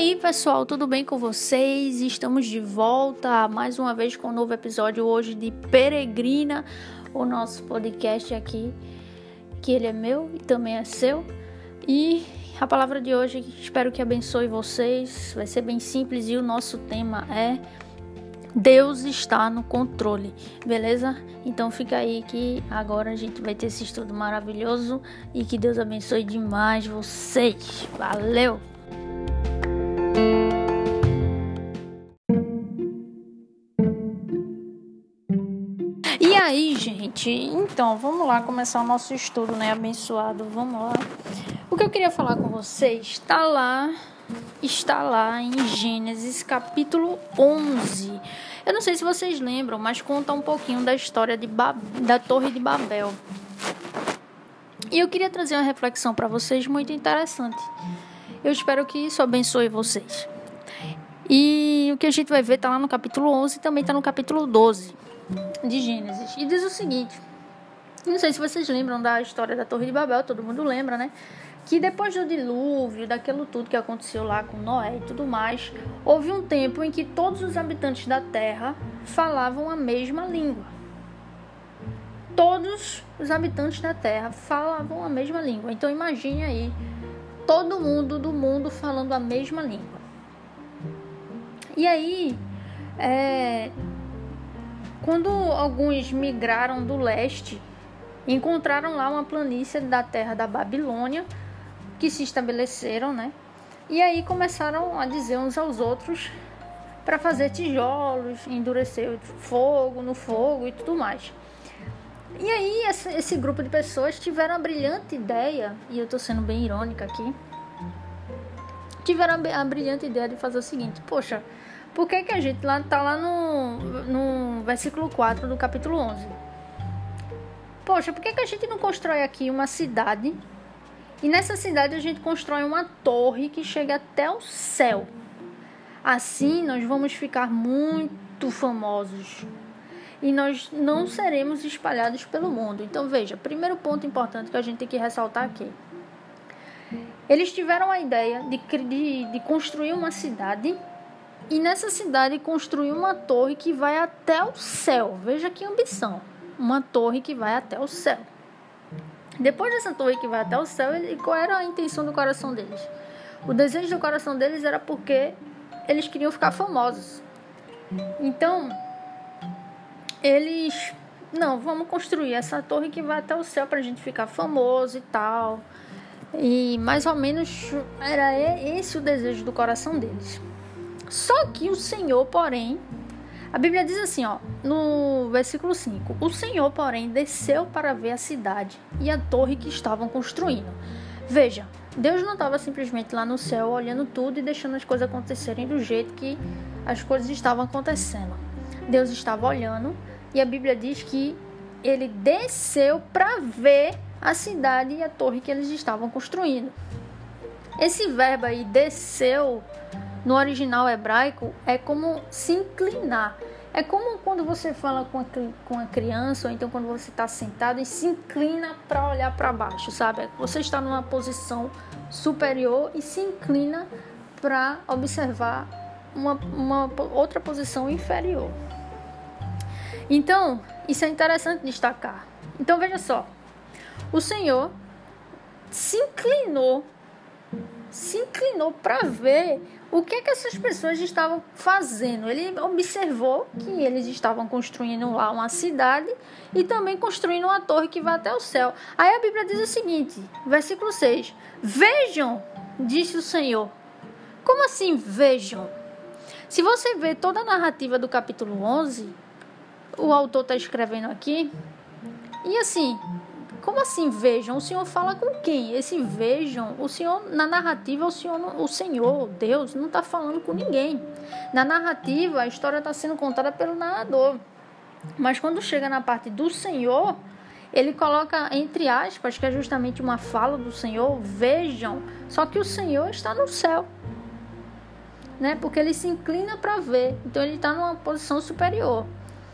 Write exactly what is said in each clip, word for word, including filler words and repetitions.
aí, pessoal, tudo bem com vocês? Estamos de volta mais uma vez com um novo episódio hoje de Peregrina, o nosso podcast aqui, que ele é meu e também é seu. E a palavra de hoje, espero que abençoe vocês, vai ser bem simples e o nosso tema é Deus está no controle, beleza? Então fica aí que agora a gente vai ter esse estudo maravilhoso e que Deus abençoe demais vocês. Valeu! E aí, gente, então vamos lá começar o nosso estudo, né, abençoado, vamos lá. O que eu queria falar com vocês está lá, está lá em Gênesis capítulo onze. Eu não sei se vocês lembram, mas conta um pouquinho da história de ba- da Torre de Babel. E eu queria trazer uma reflexão para vocês muito interessante. Eu espero que isso abençoe vocês. E o que a gente vai ver está lá no capítulo onze e também está no capítulo doze de Gênesis. E diz o seguinte, não sei se vocês lembram da história da Torre de Babel, todo mundo lembra, né? Que depois do dilúvio, daquilo tudo que aconteceu lá com Noé e tudo mais, houve um tempo em que todos os habitantes da terra falavam a mesma língua. Todos os habitantes da terra falavam a mesma língua. Então imagine aí, todo mundo do mundo falando a mesma língua. E aí, é, quando alguns migraram do leste, encontraram lá uma planície da terra da Babilônia, que se estabeleceram, né? E aí começaram a dizer uns aos outros para fazer tijolos, endurecer o fogo no fogo e tudo mais. E aí esse, esse grupo de pessoas tiveram a brilhante ideia, e eu tô sendo bem irônica aqui, tiveram a, a brilhante ideia de fazer o seguinte: poxa, por que que a gente lá tá lá no, no versículo quatro do capítulo onze? Poxa, por que que a gente não constrói aqui uma cidade e nessa cidade a gente constrói uma torre que chega até o céu? Assim nós vamos ficar muito famosos e nós não seremos espalhados pelo mundo. Então veja, primeiro ponto importante que a gente tem que ressaltar aqui. Eles tiveram a ideia de, de, de construir uma cidade e nessa cidade construir uma torre que vai até o céu. Veja que ambição. Uma torre que vai até o céu. Depois dessa torre que vai até o céu, ele, qual era a intenção do coração deles? O desejo do coração deles era porque eles queriam ficar famosos. Então, eles... Não, vamos construir essa torre que vai até o céu pra gente ficar famoso e tal. E mais ou menos era esse o desejo do coração deles. Só que o Senhor, porém... A Bíblia diz assim, ó, no versículo cinco. O Senhor, porém, desceu para ver a cidade e a torre que estavam construindo. Veja, Deus não estava simplesmente lá no céu olhando tudo e deixando as coisas acontecerem do jeito que as coisas estavam acontecendo. Deus estava olhando e a Bíblia diz que ele desceu para ver a cidade e a torre que eles estavam construindo. Esse verbo aí, desceu, no original hebraico, é como se inclinar. É como quando você fala com a, com a criança, ou então quando você está sentado e se inclina para olhar para baixo, sabe? Você está numa posição superior e se inclina para observar uma, uma outra posição inferior. Então, isso é interessante destacar. Então, veja só. O Senhor se inclinou, se inclinou para ver o que é que essas pessoas estavam fazendo. Ele observou que eles estavam construindo lá uma cidade e também construindo uma torre que vai até o céu. Aí a Bíblia diz o seguinte, versículo seis. Vejam, disse o Senhor. Como assim vejam? Se você vê toda a narrativa do capítulo onze, o autor está escrevendo aqui, e assim... Como assim vejam? O Senhor fala com quem? Esse vejam, o Senhor, na narrativa, o Senhor, o Senhor, Deus, não está falando com ninguém. Na narrativa, a história está sendo contada pelo narrador. Mas quando chega na parte do Senhor, ele coloca entre aspas, que é justamente uma fala do Senhor, vejam, só que o Senhor está no céu, né? Porque ele se inclina para ver, então ele está numa posição superior.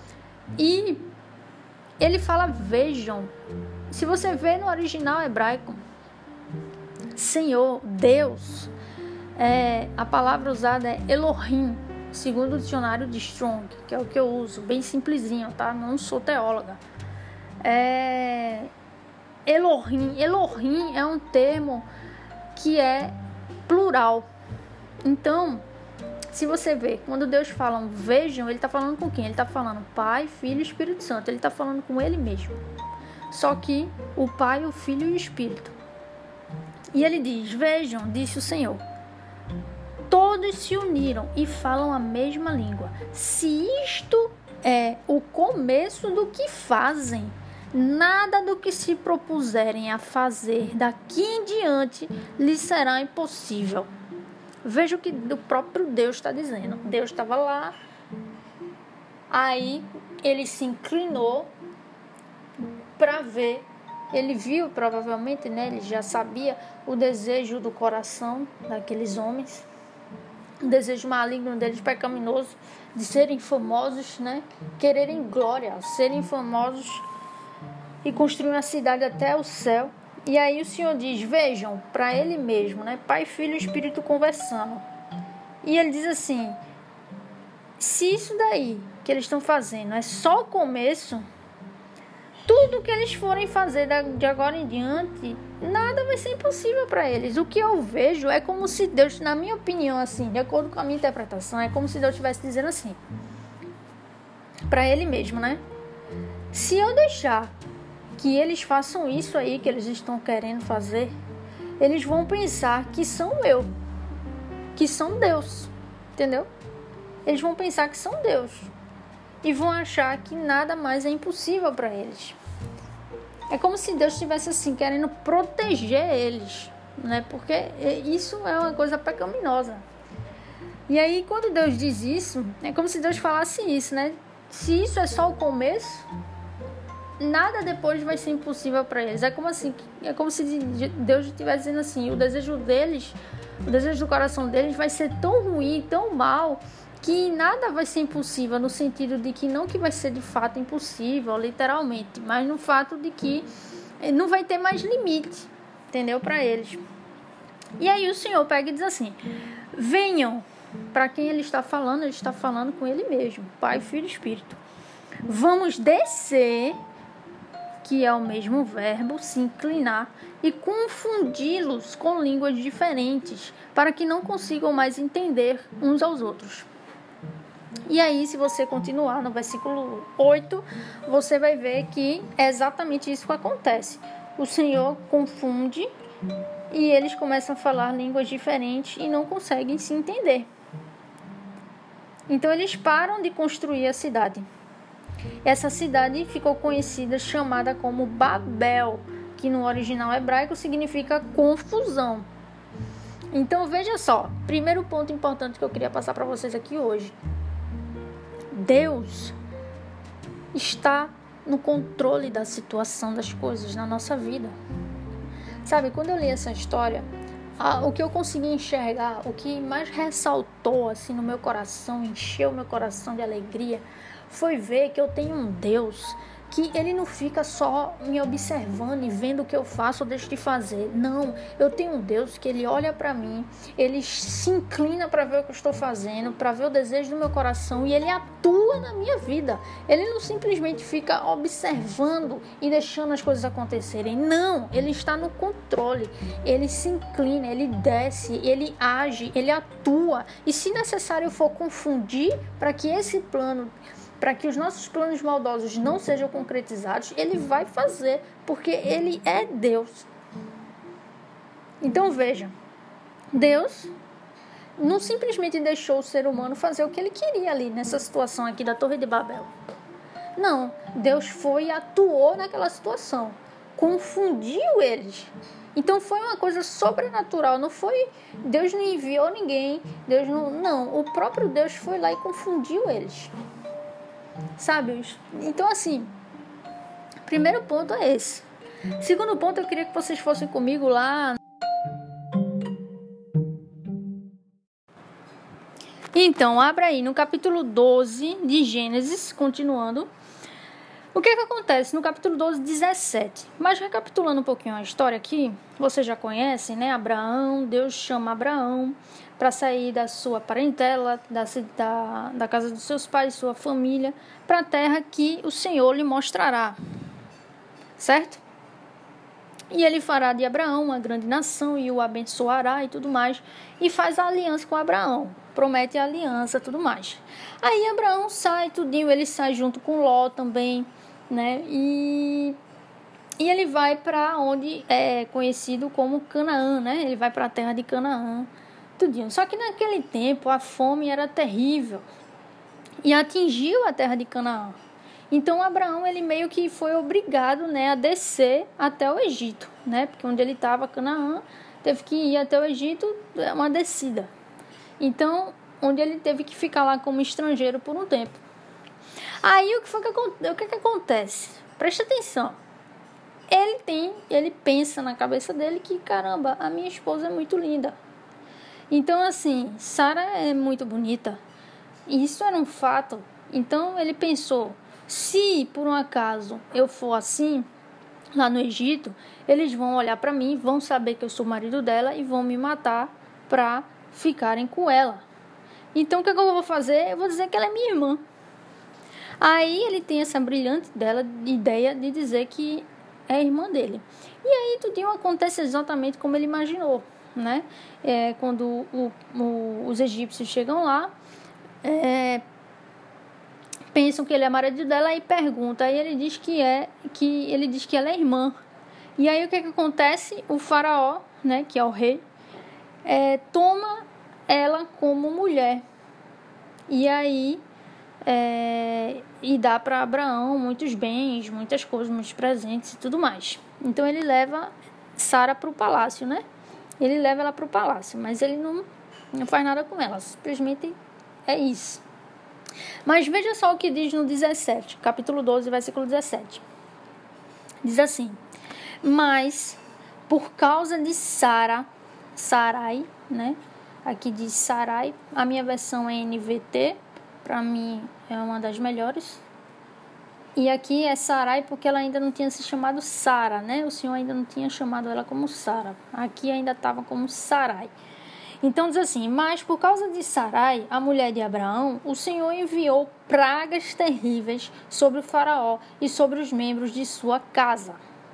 E ele fala vejam. Se você vê no original hebraico, Senhor, Deus, É, a palavra usada é Elohim, segundo o dicionário de Strong, que é o que eu uso, bem simplesinho, tá? Não sou teóloga. É, Elohim, Elohim é um termo que é plural. Então, se você vê, quando Deus fala um vejam, ele está falando com quem? Ele está falando Pai, Filho e Espírito Santo. Ele está falando com ele mesmo. Só que o Pai, o Filho e o Espírito. E ele diz, vejam, disse o Senhor, todos se uniram e falam a mesma língua. Se isto é o começo do que fazem, nada do que se propuserem a fazer daqui em diante lhes será impossível. Veja o que o próprio Deus está dizendo. Deus estava lá, aí ele se inclinou para ver. Ele viu, provavelmente, né? Ele já sabia o desejo do coração daqueles homens, o desejo maligno deles, pecaminoso, de serem famosos, né? Quererem glória, serem famosos e construir uma cidade até o céu. E aí o Senhor diz, vejam, para ele mesmo, né? Pai, Filho e Espírito conversando. E ele diz assim, se isso daí que eles estão fazendo é só o começo, tudo que eles forem fazer de agora em diante, nada vai ser impossível para eles. O que eu vejo é como se Deus, na minha opinião, assim, de acordo com a minha interpretação, é como se Deus estivesse dizendo assim, para ele mesmo, né? Se eu deixar que eles façam isso aí que eles estão querendo fazer, eles vão pensar que são eu, que são Deus, entendeu? Eles vão pensar que são Deus e vão achar que nada mais é impossível para eles. É como se Deus estivesse assim, querendo proteger eles, né? Porque isso é uma coisa pecaminosa. E aí, quando Deus diz isso, é como se Deus falasse isso, né? Se isso é só o começo, nada depois vai ser impossível para eles. É como assim, é como se Deus estivesse dizendo assim, o desejo deles, o desejo do coração deles vai ser tão ruim, tão mal, que nada vai ser impossível, no sentido de que não que vai ser de fato impossível, literalmente, mas no fato de que não vai ter mais limite, entendeu? Para eles. E aí o Senhor pega e diz assim, venham, para quem ele está falando, ele está falando com ele mesmo, Pai, Filho e Espírito. Vamos descer, que é o mesmo verbo, se inclinar, e confundi-los com línguas diferentes, para que não consigam mais entender uns aos outros. E aí, se você continuar no versículo oito, você vai ver que é exatamente isso que acontece. O Senhor confunde e eles começam a falar línguas diferentes e não conseguem se entender. Então, eles param de construir a cidade. Essa cidade ficou conhecida, chamada como Babel, que no original hebraico significa confusão. Então veja só, primeiro ponto importante que eu queria passar para vocês aqui hoje. Deus está no controle da situação das coisas na nossa vida. Sabe, quando eu li essa história, a, o que eu consegui enxergar, o que mais ressaltou assim no meu coração, encheu meu coração de alegria, foi ver que eu tenho um Deus que ele não fica só me observando e vendo o que eu faço ou deixo de fazer. Não, eu tenho um Deus que ele olha para mim, ele se inclina para ver o que eu estou fazendo, para ver o desejo do meu coração e ele atua na minha vida. Ele não simplesmente fica observando e deixando as coisas acontecerem. Não, ele está no controle, ele se inclina, ele desce, ele age, ele atua. E se necessário for confundir para que esse plano... para que os nossos planos maldosos não sejam concretizados, ele vai fazer, porque ele é Deus. Então veja, Deus não simplesmente deixou o ser humano fazer o que ele queria ali, nessa situação aqui da Torre de Babel. Não, Deus foi e atuou naquela situação, confundiu eles. Então foi uma coisa sobrenatural, não foi, Deus não enviou ninguém, Deus não, não, o próprio Deus foi lá e confundiu eles. Sabe? Então assim, primeiro ponto é esse. Segundo ponto, eu queria que vocês fossem comigo lá. Então, abra aí no capítulo doze de Gênesis, continuando. O que que acontece no capítulo doze, dezessete? Mas recapitulando um pouquinho a história aqui, vocês já conhecem, né? Abraão, Deus chama Abraão para sair da sua parentela, da, da, da casa dos seus pais, sua família, para a terra que o Senhor lhe mostrará, certo? E ele fará de Abraão uma grande nação e o abençoará e tudo mais, e faz a aliança com Abraão, promete a aliança e tudo mais. Aí Abraão sai, tudinho, ele sai junto com Ló também, né? E, e ele vai para onde é conhecido como Canaã, né? Ele vai para a terra de Canaã, tudinho. Só que naquele tempo a fome era terrível e atingiu a terra de Canaã. Então Abraão ele meio que foi obrigado, né, a descer até o Egito, né? Porque onde ele estava, Canaã, teve que ir até o Egito, é uma descida. Então, onde ele teve que ficar lá como estrangeiro por um tempo. Aí o que foi que, o que, que acontece? Presta atenção. Ele tem, ele pensa na cabeça dele que, caramba, a minha esposa é muito linda. Então, assim, Sara é muito bonita. Isso era um fato. Então, ele pensou, se por um acaso eu for assim, lá no Egito, eles vão olhar para mim, vão saber que eu sou marido dela e vão me matar para ficarem com ela. Então, o que, é que eu vou fazer? Eu vou dizer que ela é minha irmã. Aí, ele tem essa brilhante dela, ideia de dizer que é irmã dele. E aí, tudo acontece exatamente como ele imaginou, né? É, quando o, o, os egípcios chegam lá, é, pensam que ele é marido dela e pergunta. Aí ele diz que é, que ele diz que ela é irmã. E aí o que, que acontece? O faraó, né, que é o rei, é, toma ela como mulher. E aí é, e dá para Abraão muitos bens, muitas coisas, muitos presentes e tudo mais. Então ele leva Sara para o palácio, né? Ele leva ela para o palácio, mas ele não, não faz nada com ela, simplesmente é isso. Mas veja só o que diz no dezessete, capítulo doze, versículo dezessete. Diz assim: mas por causa de Sara, Sarai, né? Aqui diz Sarai, a minha versão é N V T, para mim é uma das melhores. E aqui é Sarai porque ela ainda não tinha se chamado Sara, né? O Senhor ainda não tinha chamado ela como Sara. Aqui ainda estava como Sarai. Então diz assim: mas por causa de Sarai, a mulher de Abraão, o Senhor enviou pragas terríveis sobre o faraó e sobre os membros de sua casa.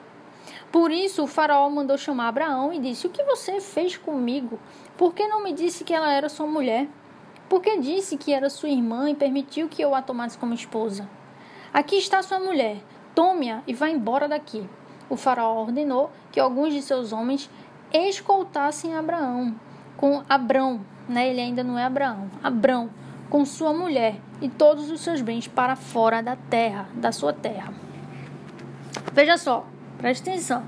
Por isso o faraó mandou chamar Abraão e disse: o que você fez comigo? Por que não me disse que ela era sua mulher? Por que disse que era sua irmã e permitiu que eu a tomasse como esposa? Aqui está sua mulher, tome-a e vá embora daqui. O faraó ordenou que alguns de seus homens escoltassem Abraão, com Abrão, né? Ele ainda não é Abraão, Abrão, com sua mulher e todos os seus bens para fora da terra, da sua terra. Veja só, preste atenção.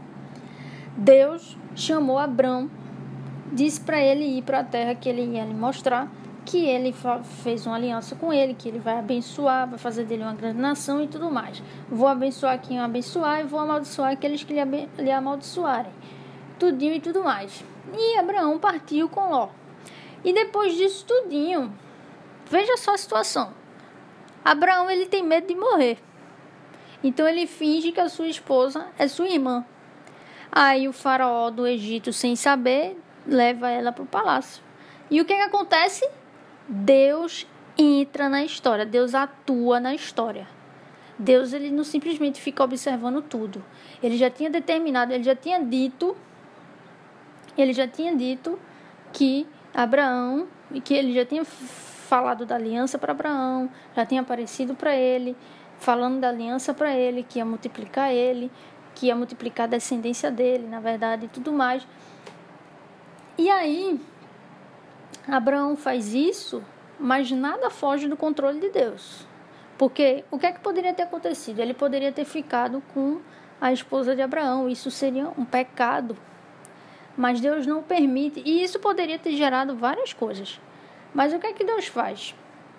Deus chamou Abrão, disse para ele ir para a terra que ele ia lhe mostrar, que ele fez uma aliança com ele, que ele vai abençoar, vai fazer dele uma grande nação e tudo mais. Vou abençoar quem abençoar e vou amaldiçoar aqueles que lhe, aben- lhe amaldiçoarem. Tudinho e tudo mais. E Abraão partiu com Ló. E depois disso tudinho, veja só a situação. Abraão, ele tem medo de morrer. Então ele finge que a sua esposa é sua irmã. Aí o faraó do Egito, sem saber, leva ela para o palácio. E o que, que acontece? Deus entra na história, Deus atua na história. Deus, ele não simplesmente fica observando tudo. Ele já tinha determinado, ele já tinha dito, ele já tinha dito que Abraão, e que ele já tinha falado da aliança para Abraão, já tinha aparecido para ele, falando da aliança para ele, que ia multiplicar ele, que ia multiplicar a descendência dele, na verdade, e tudo mais. E aí Abraão faz isso, mas nada foge do controle de Deus. Porque o que é que poderia ter acontecido? Ele poderia ter ficado com a esposa de Abraão. Isso seria um pecado. Mas Deus não permite. E isso poderia ter gerado várias coisas. Mas o que é que Deus faz?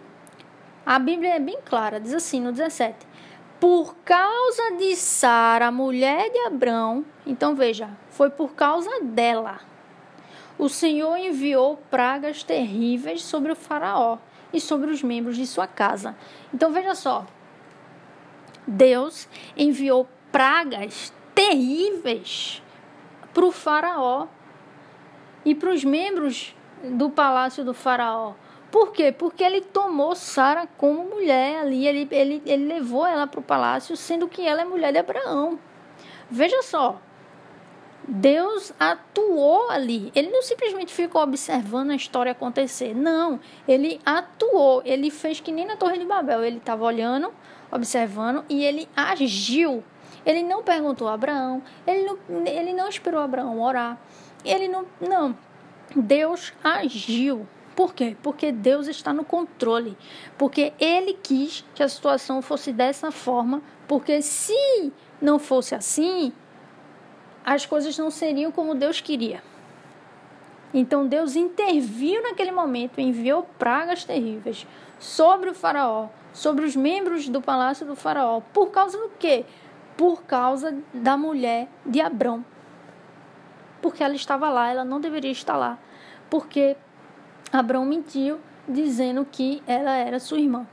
A Bíblia é bem clara. Diz assim no dezessete. Por causa de Sara, mulher de Abrão. Então veja, foi por causa dela. O Senhor enviou pragas terríveis sobre o faraó e sobre os membros de sua casa. Então, veja só. Deus enviou pragas terríveis para o faraó e para os membros do palácio do faraó. Por quê? Porque ele tomou Sara como mulher ali, ele, ele, ele levou ela para o palácio, sendo que ela é mulher de Abraão. Veja só, Deus atuou ali, ele não simplesmente ficou observando a história acontecer, não, ele atuou, ele fez que nem na Torre de Babel, ele estava olhando, observando e ele agiu. Ele não perguntou a Abraão, ele não, ele não esperou Abraão orar, ele não, não, Deus agiu. Por quê? Porque Deus está no controle, porque ele quis que a situação fosse dessa forma, porque se não fosse assim, as coisas não seriam como Deus queria. Então Deus interviu naquele momento, enviou pragas terríveis sobre o faraó, sobre os membros do palácio do faraó. Por causa do quê? Por causa da mulher de Abrão. Porque ela estava lá, ela não deveria estar lá. Porque Abrão mentiu, dizendo que ela era sua irmã.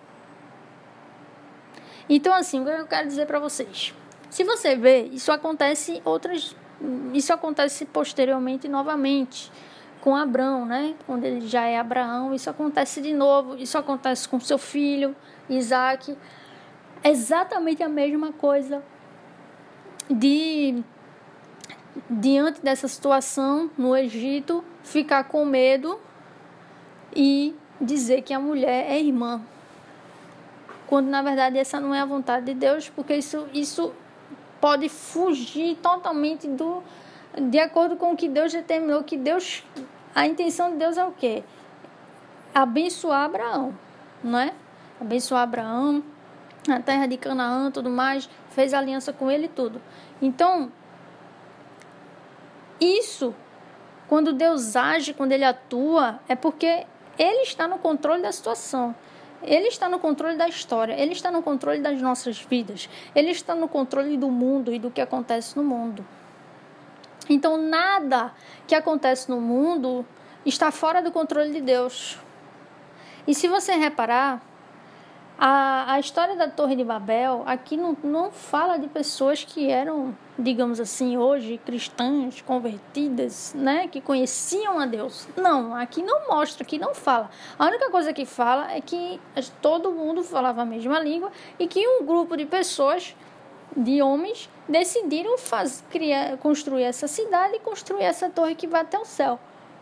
Então, assim, o que eu quero dizer para vocês? Se você vê, isso acontece outras, isso acontece posteriormente novamente com Abrão, né? Quando ele já é Abraão, isso acontece de novo. Isso acontece com seu filho, Isaac. É exatamente a mesma coisa. De diante dessa situação no Egito, ficar com medo e dizer que a mulher é irmã, quando na verdade essa não é a vontade de Deus, porque isso, isso pode fugir totalmente do, de acordo com o que Deus determinou, que Deus, a intenção de Deus é o quê? Abençoar Abraão, não é? Abençoar Abraão, a terra de Canaã, tudo mais, fez aliança com ele e tudo. Então, isso, quando Deus age, quando ele atua, é porque ele está no controle da situação. Ele está no controle da história. Ele está no controle das nossas vidas. Ele está no controle do mundo e do que acontece no mundo. Então, nada que acontece no mundo está fora do controle de Deus. E se você reparar, a, a história da Torre de Babel aqui não, não fala de pessoas que eram, digamos assim, hoje cristãs, convertidas, né, que conheciam a Deus. Não, aqui não mostra, aqui não fala. A única coisa que fala é que todo mundo falava a mesma língua e que um grupo de pessoas, de homens, decidiram faz, criar, construir essa cidade e construir essa torre que vai até o céu.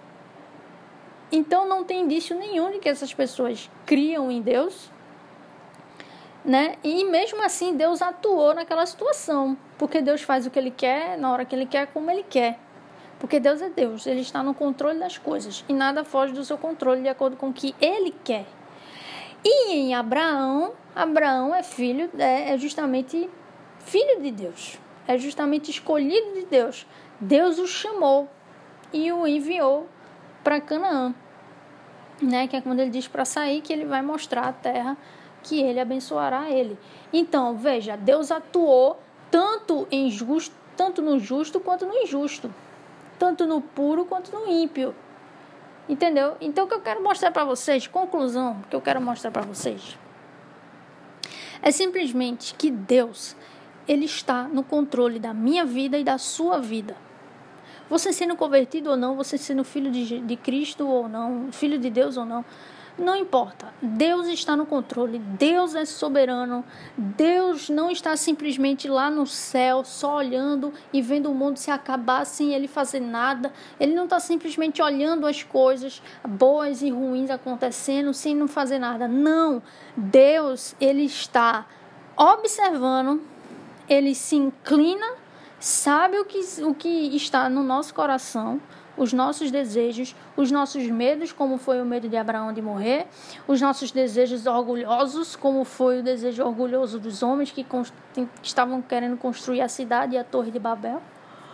Então não tem indício nenhum de que essas pessoas criam em Deus, né? E mesmo assim Deus atuou naquela situação, porque Deus faz o que Ele quer, na hora que Ele quer, como Ele quer, porque Deus é Deus, Ele está no controle das coisas e nada foge do seu controle de acordo com o que Ele quer. E em Abraão, Abraão é filho, é, é justamente filho de Deus, é justamente escolhido de Deus. Deus o chamou e o enviou para Canaã, né? Que é quando Ele diz para sair, que Ele vai mostrar a terra que ele abençoará ele. Então, veja, Deus atuou tanto em justo, tanto no justo quanto no injusto, tanto no puro quanto no ímpio. Entendeu? Então, o que eu quero mostrar para vocês, conclusão que eu quero mostrar para vocês, é simplesmente que Deus, Ele está no controle da minha vida e da sua vida. Você sendo convertido ou não, você sendo filho de, de Cristo ou não, filho de Deus ou não, não importa, Deus está no controle, Deus é soberano, Deus não está simplesmente lá no céu, só olhando e vendo o mundo se acabar sem Ele fazer nada. Ele não está simplesmente olhando as coisas boas e ruins acontecendo sem não fazer nada. Não, Deus, Ele está observando, Ele se inclina, sabe o que, o que está no nosso coração, os nossos desejos, os nossos medos, como foi o medo de Abraão de morrer, os nossos desejos orgulhosos, como foi o desejo orgulhoso dos homens que, const... que estavam querendo construir a cidade e a Torre de Babel,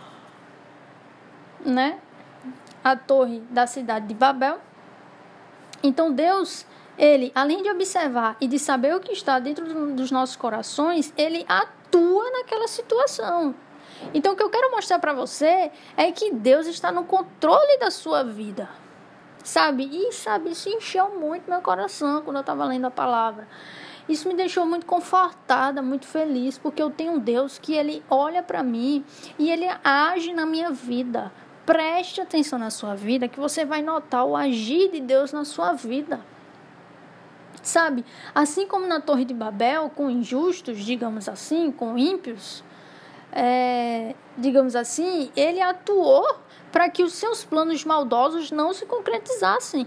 né? A torre da cidade de Babel. Então Deus, Ele, além de observar e de saber o que está dentro dos nossos corações, Ele atua naquela situação. Então, o que eu quero mostrar para você é que Deus está no controle da sua vida, sabe? E, sabe, isso encheu muito meu coração quando eu estava lendo a palavra. Isso me deixou muito confortada, muito feliz, porque eu tenho um Deus que ele olha para mim e ele age na minha vida. Preste atenção na sua vida, que você vai notar o agir de Deus na sua vida. Sabe, assim como na Torre de Babel, com injustos, digamos assim, com ímpios, é, digamos assim, ele atuou para que os seus planos maldosos não se concretizassem.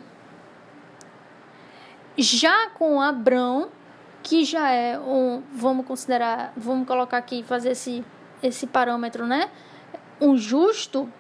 Já com Abrão, que já é um, vamos considerar, vamos colocar aqui, fazer esse, esse parâmetro, né? Um justo,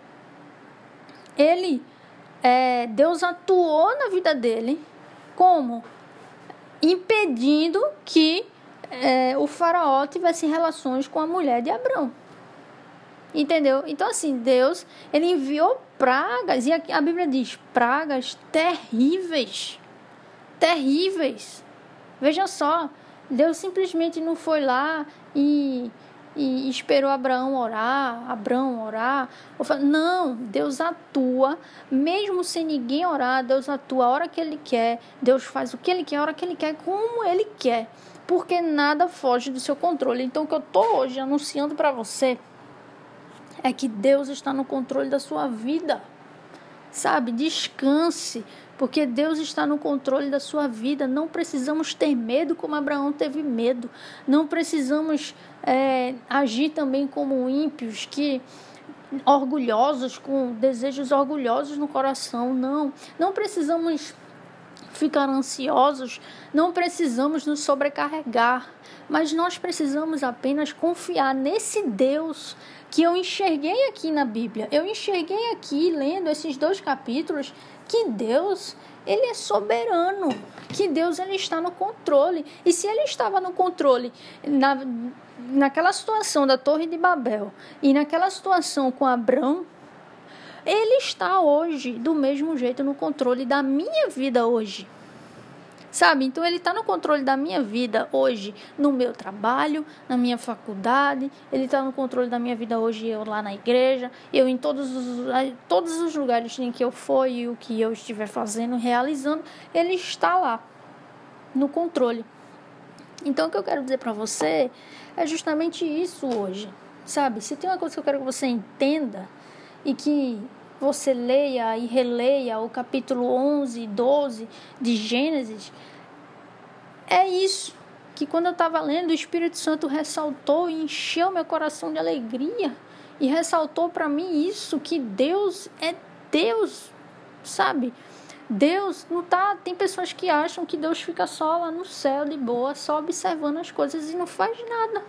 ele, é, Deus atuou na vida dele, como? Impedindo que é, o faraó tivesse relações com a mulher de Abrão. Entendeu? Então, assim, Deus, ele enviou pragas, e aqui a Bíblia diz, pragas terríveis. Terríveis. Veja só, Deus simplesmente não foi lá e, e esperou Abraão orar, Abraão orar. Não, Deus atua, mesmo sem ninguém orar, Deus atua a hora que Ele quer, Deus faz o que Ele quer, a hora que Ele quer, como Ele quer, porque nada foge do seu controle. Então, o que eu estou hoje anunciando para você é que Deus está no controle da sua vida, sabe? Descanse, porque Deus está no controle da sua vida. Não precisamos ter medo como Abraão teve medo. Não precisamos é, agir também como ímpios, que orgulhosos, com desejos orgulhosos no coração. Não, não precisamos ficar ansiosos, não precisamos nos sobrecarregar, mas nós precisamos apenas confiar nesse Deus que eu enxerguei aqui na Bíblia. Eu enxerguei aqui, lendo esses dois capítulos, que Deus, ele é soberano, que Deus, ele está no controle. E se ele estava no controle na, naquela situação da Torre de Babel e naquela situação com Abrão, ele está hoje do mesmo jeito no controle da minha vida hoje. Sabe? Então, ele está no controle da minha vida hoje, no meu trabalho, na minha faculdade. Ele está no controle da minha vida hoje, eu lá na igreja, eu em todos os, todos os lugares em que eu for e o que eu estiver fazendo, realizando, ele está lá, no controle. Então, o que eu quero dizer para você é justamente isso hoje. Sabe? Se tem uma coisa que eu quero que você entenda e que você leia e releia o capítulo onze e doze de Gênesis, é isso, que quando eu estava lendo, o Espírito Santo ressaltou e encheu meu coração de alegria, e ressaltou para mim isso, que Deus é Deus, sabe? Deus não tá, tem pessoas que acham que Deus fica só lá no céu, de boa, só observando as coisas e não faz nada.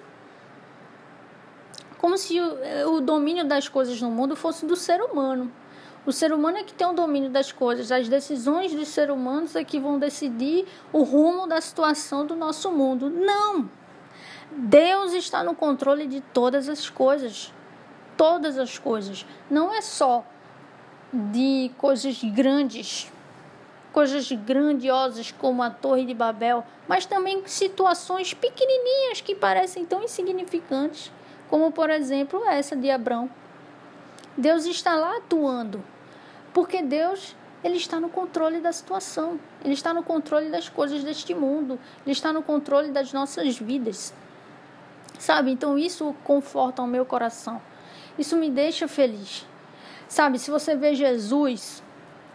Como se o, o domínio das coisas no mundo fosse do ser humano. O ser humano é que tem o domínio das coisas. As decisões dos seres humanos é que vão decidir o rumo da situação do nosso mundo. Não! Deus está no controle de todas as coisas. Todas as coisas. Não é só de coisas grandes, coisas grandiosas como a Torre de Babel, mas também situações pequenininhas que parecem tão insignificantes, como, por exemplo, essa de Abrão. Deus está lá atuando, porque Deus, ele está no controle da situação, ele está no controle das coisas deste mundo, ele está no controle das nossas vidas, sabe? Então isso conforta o meu coração, isso me deixa feliz, sabe? Se você vê Jesus,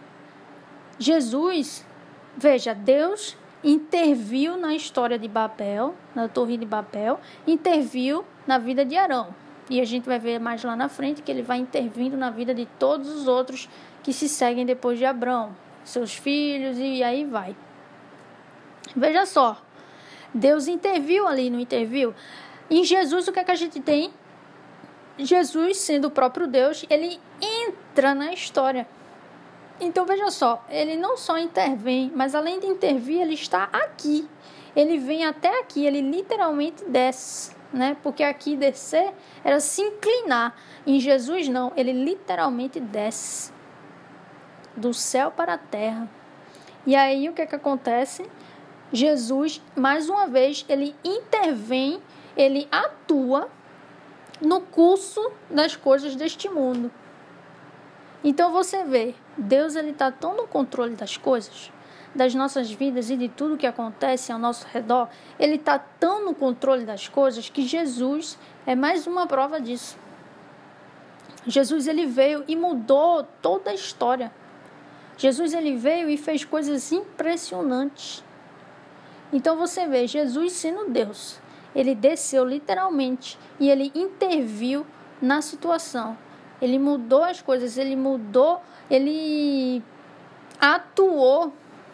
Jesus, veja, Deus interviu na história de Babel, na Torre de Babel, interviu na vida de Arão. E a gente vai ver mais lá na frente que ele vai intervindo na vida de todos os outros que se seguem depois de Abrão, seus filhos, e aí vai. Veja só, Deus interviu ali, não interviu? Em Jesus, o que é que a gente tem? Jesus, sendo o próprio Deus, ele entra na história. Então, veja só, ele não só intervém, mas além de intervir, ele está aqui. Ele vem até aqui, ele literalmente desce. Né? Porque aqui descer era se inclinar. Em Jesus não, ele literalmente desce do céu para a terra. E aí o que é que acontece? Jesus, mais uma vez, ele intervém, ele atua no curso das coisas deste mundo. Então você vê, Deus ele está tão no controle das coisas, das nossas vidas e de tudo que acontece ao nosso redor, Ele está tão no controle das coisas que Jesus é mais uma prova disso. Jesus, ele veio e mudou toda a história. Jesus, ele veio e fez coisas impressionantes. Então você vê, Jesus sendo Deus, ele desceu literalmente e ele interviu na situação. Ele mudou as coisas, ele mudou, ele atuou,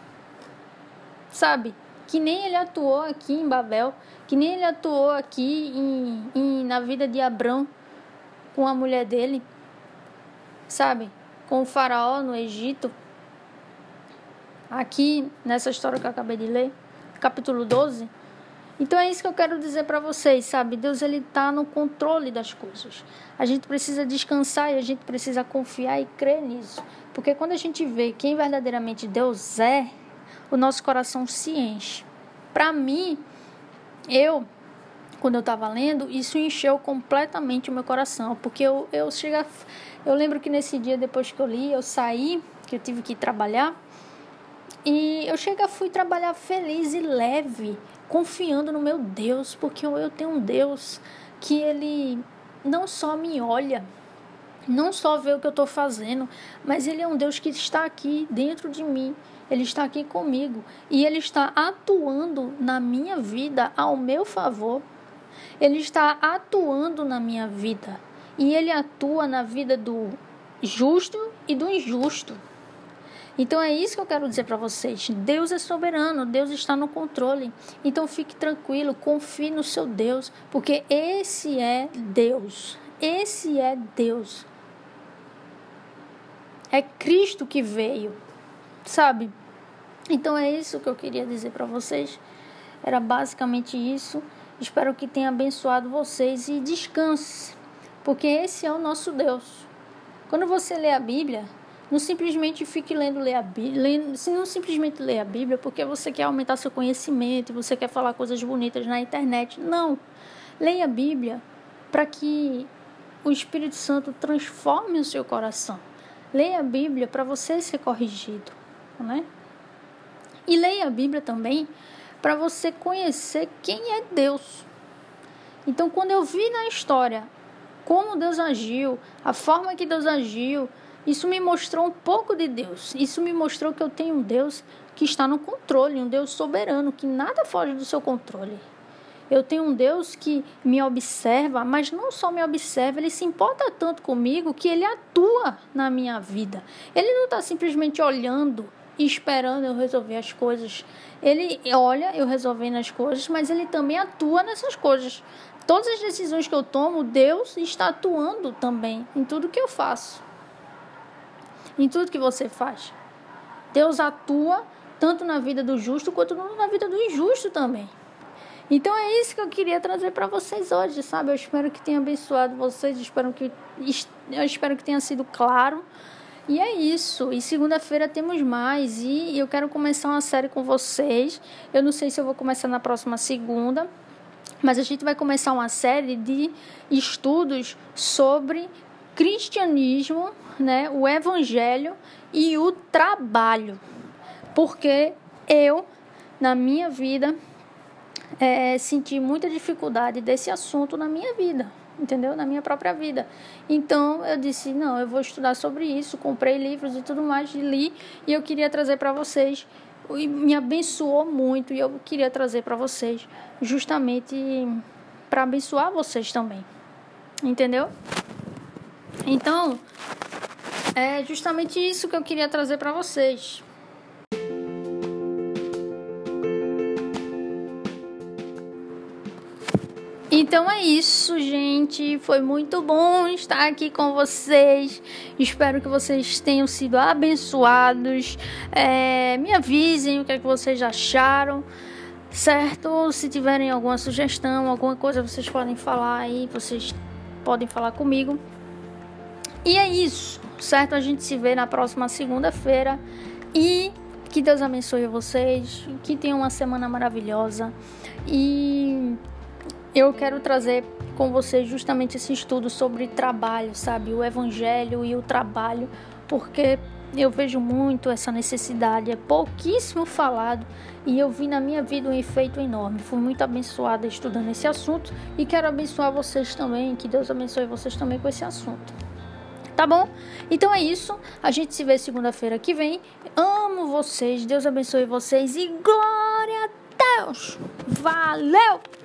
sabe? Que nem ele atuou aqui em Babel, que nem ele atuou aqui em, em, na vida de Abrão, com a mulher dele, sabe? Com o faraó no Egito. Aqui, nessa história que eu acabei de ler, capítulo doze. Então é isso que eu quero dizer para vocês, sabe? Deus, ele está no controle das coisas. A gente precisa descansar e a gente precisa confiar e crer nisso. Porque quando a gente vê quem verdadeiramente Deus é, o nosso coração se enche. Para mim, eu... Quando eu estava lendo, isso encheu completamente o meu coração, porque eu, eu, chega, eu lembro que nesse dia, depois que eu li, eu saí, que eu tive que ir trabalhar, e eu chega, fui trabalhar feliz e leve, confiando no meu Deus, porque eu, eu tenho um Deus que ele não só me olha, não só vê o que eu estou fazendo, mas ele é um Deus que está aqui dentro de mim, ele está aqui comigo, e ele está atuando na minha vida ao meu favor. Ele está atuando na minha vida. E ele atua na vida do justo e do injusto. Então é isso que eu quero dizer para vocês. Deus é soberano, Deus está no controle. Então fique tranquilo, confie no seu Deus, porque esse é Deus. Esse é Deus. É Cristo que veio, sabe? Então é isso que eu queria dizer para vocês. Era basicamente isso. Espero que tenha abençoado vocês e descanse, porque esse é o nosso Deus. Quando você lê a Bíblia, não simplesmente fique lendo ler a Bíblia, não simplesmente lê a Bíblia porque você quer aumentar seu conhecimento, você quer falar coisas bonitas na internet. Não, leia a Bíblia para que o Espírito Santo transforme o seu coração. Leia a Bíblia para você ser corrigido, né? E leia a Bíblia também para você conhecer quem é Deus. Então, quando eu vi na história como Deus agiu, a forma que Deus agiu, isso me mostrou um pouco de Deus. Isso me mostrou que eu tenho um Deus que está no controle, um Deus soberano, que nada foge do seu controle. Eu tenho um Deus que me observa, mas não só me observa, ele se importa tanto comigo que ele atua na minha vida. Ele não está simplesmente olhando e esperando eu resolver as coisas. Ele olha eu resolvendo as coisas, mas ele também atua nessas coisas. Todas as decisões que eu tomo, Deus está atuando também em tudo que eu faço. Em tudo que você faz. Deus atua tanto na vida do justo quanto na vida do injusto também. Então é isso que eu queria trazer para vocês hoje, sabe? Eu espero que tenha abençoado vocês, espero que, eu espero que tenha sido claro. E é isso, e segunda-feira temos mais, e eu quero começar uma série com vocês. Eu não sei se eu vou começar na próxima segunda, mas a gente vai começar uma série de estudos sobre cristianismo, né, o evangelho e o trabalho. Porque eu, na minha vida, é, senti muita dificuldade desse assunto na minha vida. Entendeu? Na minha própria vida. Então eu disse, não, eu vou estudar sobre isso, comprei livros e tudo mais, li, e eu queria trazer para vocês, e me abençoou muito, e eu queria trazer para vocês, justamente para abençoar vocês também. Entendeu? Então, é justamente isso que eu queria trazer para vocês. Então é isso, gente. Foi muito bom estar aqui com vocês. Espero que vocês tenham sido abençoados. É, me avisem o que é que vocês acharam, certo? Se tiverem alguma sugestão, alguma coisa, vocês podem falar aí. Vocês podem falar comigo. E é isso, certo? A gente se vê na próxima segunda-feira. E que Deus abençoe vocês. Que tenham uma semana maravilhosa. E eu quero trazer com vocês justamente esse estudo sobre trabalho, sabe? O evangelho e o trabalho, porque eu vejo muito essa necessidade, é pouquíssimo falado e eu vi na minha vida um efeito enorme. Fui muito abençoada estudando esse assunto e quero abençoar vocês também, que Deus abençoe vocês também com esse assunto. Tá bom? Então é isso, a gente se vê segunda-feira que vem. Amo vocês, Deus abençoe vocês e glória a Deus! Valeu!